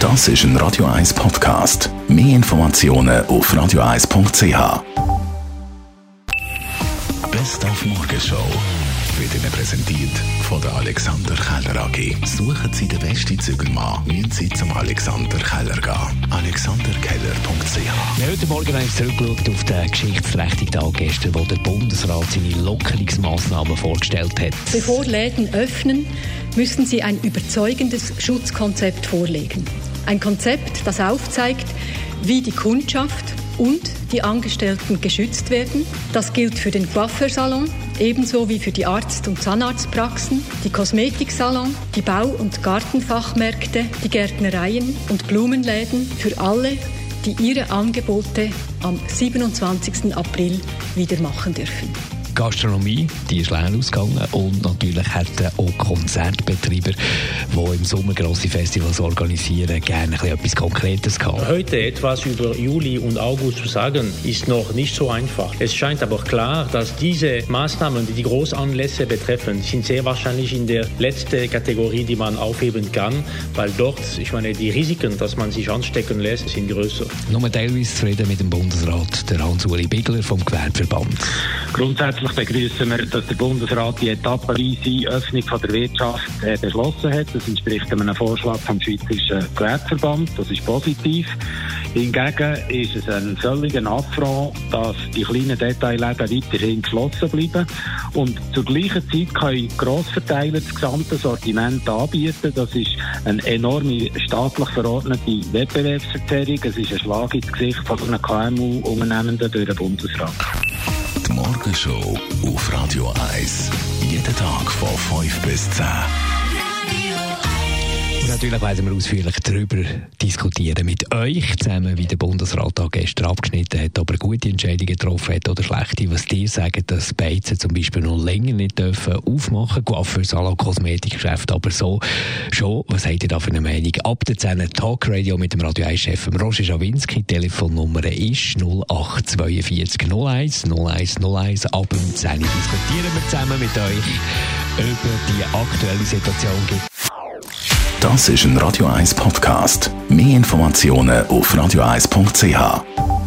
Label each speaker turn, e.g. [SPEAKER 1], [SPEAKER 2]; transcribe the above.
[SPEAKER 1] Das ist ein Radio 1 Podcast. Mehr Informationen auf radio1.ch. Best auf Morgenshow wird Ihnen präsentiert von der Alexander Keller AG. Suchen Sie den besten Zügelmann, müssen Sie zum Alexander Keller gehen. alexanderkeller.ch.
[SPEAKER 2] Wir haben heute Morgen zurückgeschaut auf den geschichtsträchtigen Tag gestern, wo der Bundesrat seine Lockerungsmaßnahmen vorgestellt hat.
[SPEAKER 3] Bevor Läden öffnen, müssen sie ein überzeugendes Schutzkonzept vorlegen. Ein Konzept, das aufzeigt, wie die Kundschaft und die Angestellten geschützt werden. Das gilt für den Coiffeursalon, ebenso wie für die Arzt- und Zahnarztpraxen, die Kosmetiksalon, die Bau- und Gartenfachmärkte, die Gärtnereien und Blumenläden, für alle, die ihre Angebote am 27. April wieder machen dürfen.
[SPEAKER 2] Gastronomie, die ist leer ausgegangen, und natürlich hätten auch Konzertbetreiber, die im Sommer grosse Festivals organisieren, gerne etwas Konkretes gehabt.
[SPEAKER 4] Heute etwas über Juli und August zu sagen, ist noch nicht so einfach. Es scheint aber klar, dass diese Maßnahmen, die die Großanlässe betreffen, sind sehr wahrscheinlich in der letzten Kategorie, die man aufheben kann, weil dort, die Risiken, dass man sich anstecken lässt, sind größer.
[SPEAKER 2] Nur teilweise zufrieden mit dem Bundesrat, der Hans-Uli Bigler vom Gewerbeverband.
[SPEAKER 5] Grundsätzlich begrüßen wir, dass der Bundesrat die etappenweise Öffnung von der Wirtschaft beschlossen hat. Das entspricht einem Vorschlag vom Schweizerischen Gewerbeverband. Das ist positiv. Hingegen ist es ein völliger Affront, dass die kleinen Detailläden weiterhin geschlossen bleiben. Und zur gleichen Zeit können Grossverteiler das gesamte Sortiment anbieten. Das ist eine enorme staatlich verordnete Wettbewerbsverzerrung. Es ist ein Schlag ins Gesicht von einer KMU-Unternehmenden durch den Bundesrat.
[SPEAKER 1] Die Morgenshow auf Radio 1. Jeden Tag von 5 bis 10.
[SPEAKER 2] Und natürlich werden wir ausführlich darüber diskutieren mit euch zusammen, wie der Bundesrat da gestern abgeschnitten hat, ob er gute Entscheidungen getroffen hat oder schlechte. Was die sagen, dass Beizen zum Beispiel noch länger nicht dürfen aufmachen, Coiffeur, Salon, Kosmetikgeschäft, aber so schon. Was habt ihr da für eine Meinung? Ab der 10 Talkradio mit dem Radio 1-Chef Roger Schawinski. Die Telefonnummer ist 0842 01 01 01. Ab dem 10 diskutieren wir zusammen mit euch über die aktuelle Situation.
[SPEAKER 1] Das ist ein Radio 1 Podcast. Mehr Informationen auf radio1.ch.